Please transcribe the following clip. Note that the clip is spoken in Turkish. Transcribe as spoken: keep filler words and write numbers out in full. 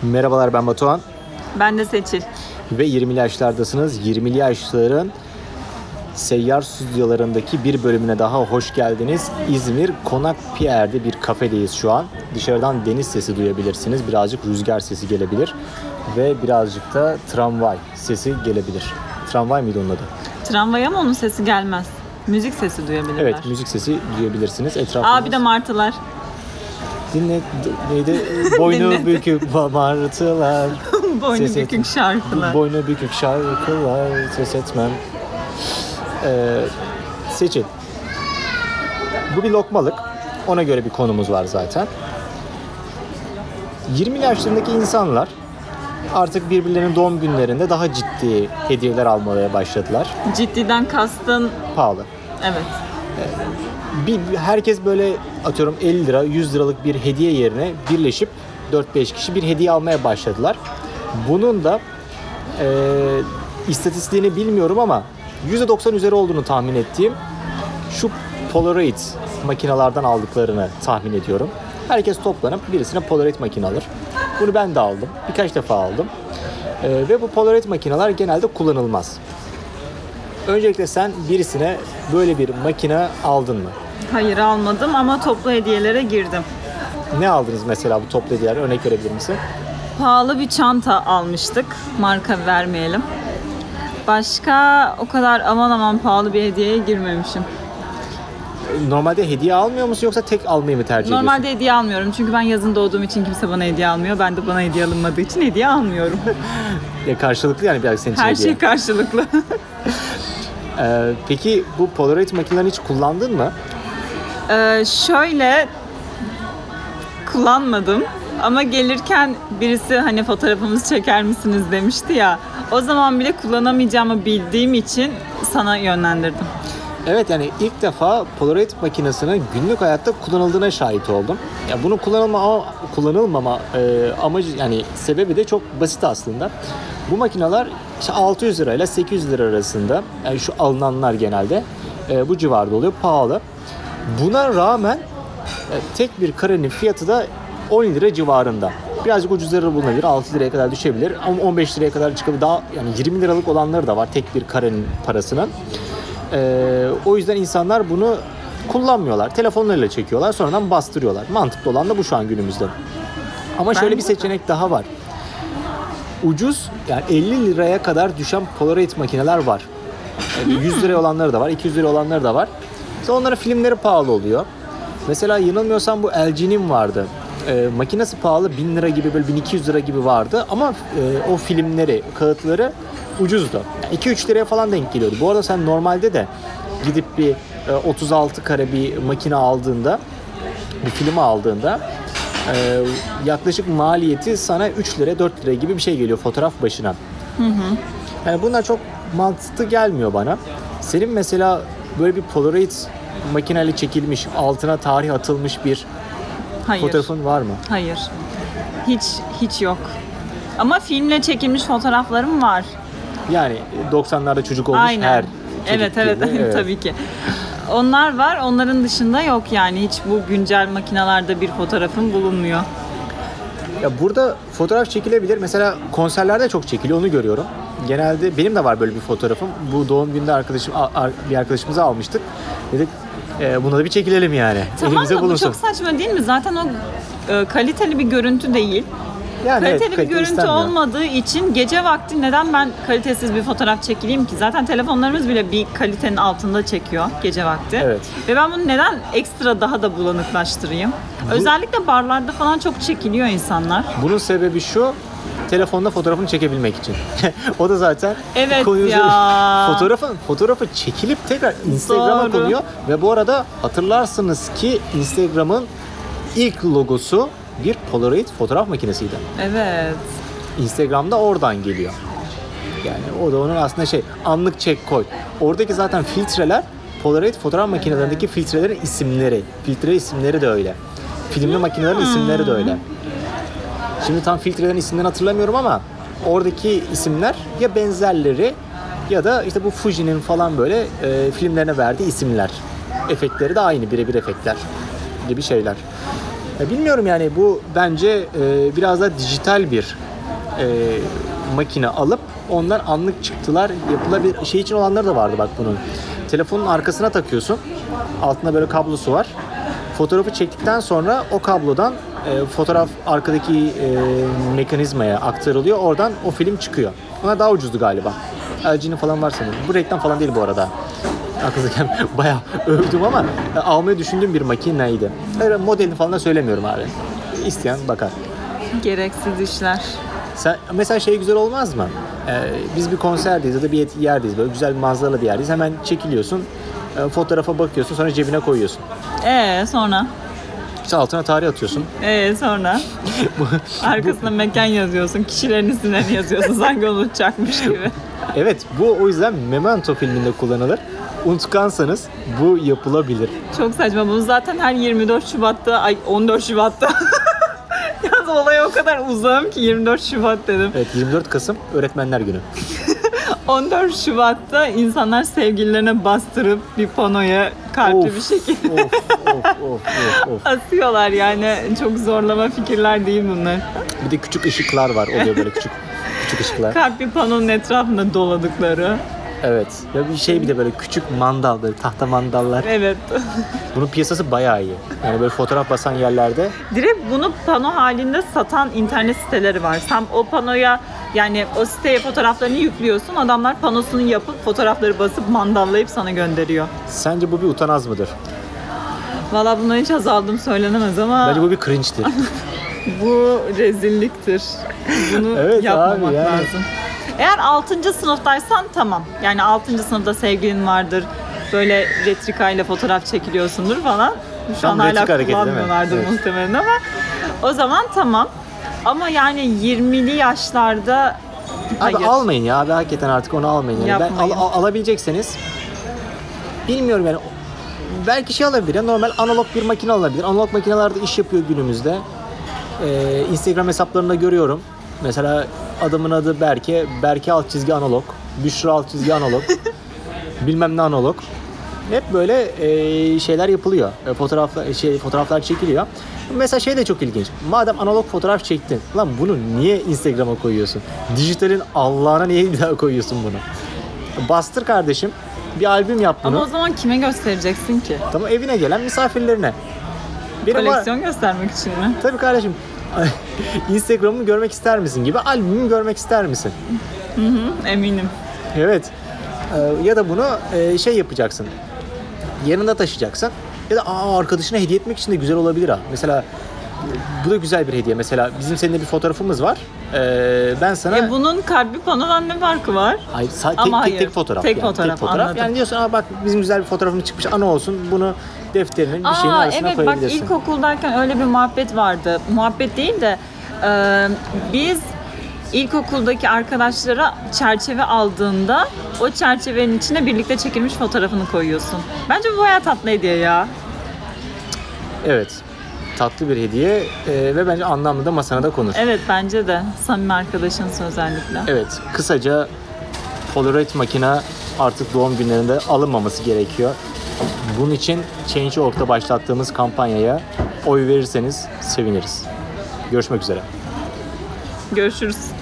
Merhabalar, ben Batuhan. Ben de Seçil. Ve yirmili yaşlardasınız. yirmili yaşların seyyar stüdyolarındaki bir bölümüne daha hoş geldiniz. İzmir Konak Pierre'de bir kafedeyiz şu an. Dışarıdan deniz sesi duyabilirsiniz. Birazcık rüzgar sesi gelebilir. Ve birazcık da tramvay sesi gelebilir. Tramvay mıydı onun adı? Tramvay ama onun sesi gelmez. Müzik sesi duyabilirler. Evet, müzik sesi duyabilirsiniz. Etrafımız... Aa bir de martılar. Dinle, neydi? Boynu bükük martılar. Boynu ses bükük et, şarkılar. Boynu bükük şarkılar ses etmem. Ee, Seçil. Bu bir lokmalık. Ona göre bir konumuz var zaten. yirmili yaşlarındaki insanlar artık birbirlerinin doğum günlerinde daha ciddi hediyeler almaya başladılar. Ciddiden kastın... Pahalı. Evet. Bir, herkes böyle atıyorum elli lira, yüz liralık bir hediye yerine birleşip dört beş kişi bir hediye almaya başladılar. Bunun da e, istatistiğini bilmiyorum ama yüzde doksan üzeri olduğunu tahmin ettiğim şu Polaroid makinelerden aldıklarını tahmin ediyorum. Herkes toplanıp birisine Polaroid makine alır. Bunu ben de aldım. Birkaç defa aldım. E, ve bu Polaroid makineler genelde kullanılmaz. Öncelikle sen birisine böyle bir makine aldın mı? Hayır almadım ama toplu hediyelere girdim. Ne aldınız mesela bu toplu hediyeler? Örnek verebilir misin? Pahalı bir çanta almıştık. Marka vermeyelim. Başka o kadar aman aman pahalı bir hediyeye girmemişim. Normalde hediye almıyor musun yoksa tek almayı mı tercih ediyorsun? Normalde hediye almıyorum. Çünkü ben yazın doğduğum için kimse bana hediye almıyor. Ben de bana hediye alınmadığı için hediye almıyorum. Ya karşılıklı yani biraz senin için Her hediye. şey karşılıklı. Ee, peki bu Polaroid makinelerini hiç kullandın mı? Ee, şöyle kullanmadım ama gelirken birisi hani fotoğrafımızı çeker misiniz demişti ya. O zaman bile kullanamayacağımı bildiğim için sana yönlendirdim. Evet, yani ilk defa Polaroid makinesinin günlük hayatta kullanıldığına şahit oldum. Ya bunu kullanılma kullanılmama e, amacı yani sebebi de çok basit aslında. Bu makineler işte altı yüz lirayla sekiz yüz lira arasında. Yani şu alınanlar genelde e, bu civarda oluyor, pahalı. Buna rağmen e, tek bir karenin fiyatı da on lira civarında. Birazcık ucuzları bulunabilir. altı liraya kadar düşebilir ama on beş liraya kadar çıkabilir. Daha yani yirmi liralık olanları da var tek bir karenin parasının. Ee, o yüzden insanlar bunu kullanmıyorlar. Telefonlarıyla çekiyorlar, sonradan bastırıyorlar. Mantıklı olan da bu şu an günümüzde. Ama şöyle bir seçenek daha var. Ucuz, yani elli liraya kadar düşen Polaroid makineler var. Yani yüz liraya olanları da var, iki yüz liraya olanları da var. İşte onların filmleri pahalı oluyor. Mesela yanılmıyorsam bu L G'nin vardı. E, makinesi pahalı, bin lira gibi, böyle bin iki yüz lira gibi vardı ama e, o filmleri, kağıtları ucuzdu. Yani iki üç liraya falan denk geliyordu. Bu arada sen normalde de gidip bir e, otuz altı kare bir makine aldığında, bir filmi aldığında e, yaklaşık maliyeti sana üç lira dört lira gibi bir şey geliyor fotoğraf başına. Hı hı. Yani bunlar çok mantıklı gelmiyor bana. Senin mesela böyle bir Polaroid makineyle çekilmiş, altına tarih atılmış bir Hayır. fotoğrafın var mı? Hayır. Hiç hiç yok. Ama filmle çekilmiş fotoğraflarım var. Yani doksanlarda çocuk olmuş Aynen. her çocuk Evet evet, gibi. Evet. tabii ki. Onlar var. Onların dışında yok yani. Hiç bu güncel makinelerde bir fotoğrafım bulunmuyor. Ya burada fotoğraf çekilebilir. Mesela konserlerde çok çekiliyor, onu görüyorum. Genelde benim de var böyle bir fotoğrafım. Bu doğum gününde arkadaşım bir arkadaşımıza almıştık. Dedik e, buna da bir çekilelim yani. Tamam Elimize da bu bulunsun. çok saçma değil mi? Zaten o e, kaliteli bir görüntü değil. Yani Kaliteli evet, bir kalite görüntü istenmiyor. olmadığı için gece vakti neden ben kalitesiz bir fotoğraf çekileyim ki? Zaten telefonlarımız bile bir kalitenin altında çekiyor gece vakti. Evet. Ve ben bunu neden ekstra daha da bulanıklaştırayım? Bu... Özellikle barlarda falan çok çekiliyor insanlar. Bunun sebebi şu: telefonda fotoğrafını çekebilmek için. O da zaten Evet koyunuzu, ya. Fotoğrafı, fotoğrafı çekilip tekrar Instagram'a Doğru. konuyor. Ve bu arada hatırlarsınız ki Instagram'ın ilk logosu bir Polaroid fotoğraf makinesiydi. Evet. Instagram'da oradan geliyor. Yani o da onun aslında şey, anlık çek koy. Oradaki zaten filtreler Polaroid fotoğraf makinelerindeki filtrelerin isimleri. Filtre isimleri de öyle. Filmli makinelerin Hmm. isimleri de öyle. Şimdi tam filtrelerin isimlerini hatırlamıyorum ama oradaki isimler ya benzerleri ya da işte bu Fuji'nin falan böyle e, filmlerine verdiği isimler. Efektleri de aynı, birebir efektler gibi şeyler. Ya bilmiyorum yani bu bence e, biraz da dijital bir e, makine alıp ondan anlık çıktılar yapılabilir. Şey için olanları da vardı bak bunun. Telefonun arkasına takıyorsun. Altında böyle kablosu var. Fotoğrafı çektikten sonra o kablodan e, fotoğraf arkadaki e, mekanizmaya aktarılıyor. Oradan o film çıkıyor. Ona daha ucuzdu galiba. L G'nin falan var sanırım. Bu reklam falan değil bu arada. Aklınızdayken bayağı övdüm ama e, almayı düşündüğüm bir makineydi. Öyle modelini falan da söylemiyorum abi. İsteyen bakar. Gereksiz işler. Sen, mesela şey güzel olmaz mı? Ee, biz bir konserdeyiz ya da bir yerdeyiz. Böyle güzel bir manzaralı bir yerdeyiz. Hemen çekiliyorsun. E, fotoğrafa bakıyorsun. Sonra cebine koyuyorsun. Ee sonra? İşte altına tarih atıyorsun. Ee sonra? Arkasına mekan yazıyorsun. Kişilerin isimlerini yazıyorsun. Sanki unutacakmış gibi. Evet, bu o yüzden Memento filminde kullanılır. Unutkansanız bu yapılabilir. Çok saçma. Bunu zaten her yirmi dört Şubat'ta, ay on dört Şubat'ta. Yalnız olaya o kadar uzağım ki yirmi dört Şubat dedim. Evet, yirmi dört Kasım Öğretmenler Günü. on dört Şubat'ta insanlar sevgililerine bastırıp bir panoya kalpli Of, bir şekilde Of, of, of, of, of. asıyorlar yani. Çok zorlama fikirler değil bunlar. Bir de küçük ışıklar var. Oluyor böyle küçük küçük ışıklar. Kalpli panonun etrafında doladıkları. Evet. Ya bir şey bir de böyle küçük mandal, böyle tahta mandallar. Evet. Bunun piyasası bayağı iyi. Yani böyle fotoğraf basan yerlerde. Direkt bunu pano halinde satan internet siteleri var. Sen o panoya yani o siteye fotoğraflarını yüklüyorsun. Adamlar panosunu yapıp fotoğrafları basıp mandallayıp sana gönderiyor. Sence bu bir utanaz mıdır? Valla bundan hiç azaldım söylenemez ama Bence bu bir cringe'tir. bu rezilliktir. Bunu Evet yapmamak abi, yani. lazım. Eğer altıncı sınıftaysan tamam. Yani altıncı sınıfta sevgilin vardır. Böyle retrikayla fotoğraf çekiliyorsundur falan. Şu Tam an hala retrika hareketi değil mi? kullanmıyorlardır Evet. muhtemelen ama o zaman tamam. Ama yani yirmili yaşlarda Abi hayır. almayın ya abi, hakikaten artık onu almayın. Yani. Ben, Yapmayın. al, al- alabilecekseniz bilmiyorum yani belki şey alabilir ya, normal analog bir makine alabilir. Analog makinelerde iş yapıyor günümüzde. Ee, Instagram hesaplarında görüyorum. Mesela adamın adı Berke, Berke alt çizgi analog, Büşra alt çizgi analog, bilmem ne analog. Hep böyle e, şeyler yapılıyor. E, fotoğraflar şey fotoğraflar çekiliyor. Mesela şey de çok ilginç. Madem analog fotoğraf çektin, lan bunu niye Instagram'a koyuyorsun? Dijitalin Allah'ına niye bir daha koyuyorsun bunu? Bastır kardeşim. Bir albüm yap bunu. Ama o zaman kime göstereceksin ki? Tamam, evine gelen misafirlerine. Benim var- Koleksiyon göstermek için mi? Tabii kardeşim. Instagram'ımı görmek ister misin gibi albümümü görmek ister misin? Hı hı, eminim. Evet. Ee, ya da bunu e, şey yapacaksın. Yanında taşıyacaksın. Ya da aa, arkadaşına hediye etmek için de güzel olabilir ha. Mesela bu da güzel bir hediye. Mesela bizim seninle bir fotoğrafımız var. Ee, ben sana... E bunun kalpli panodan ne farkı var? Hayır, sa- tek, Ama tek, hayır. tek fotoğraf. Tek yani. fotoğraf, tek fotoğraf. anladım. Yani diyorsun aa bak bizim güzel bir fotoğrafımız çıkmış, ana olsun, bunu defterinin bir şeyin Aa arasına evet bak koyabilirsin. ilkokuldayken öyle bir muhabbet vardı. Muhabbet değil de e, biz ilkokuldaki arkadaşlara çerçeve aldığında o çerçevenin içine birlikte çekilmiş fotoğrafını koyuyorsun. Bence bu bayağı tatlı hediye ya. Evet. Tatlı bir hediye e, ve bence anlamlı da masana da konur. Evet bence de. Samimi arkadaşınız özellikle. Evet, kısaca Polaroid makine artık doğum günlerinde alınmaması gerekiyor. Bunun için Change nokta org'da başlattığımız kampanyaya oy verirseniz seviniriz. Görüşmek üzere. Görüşürüz.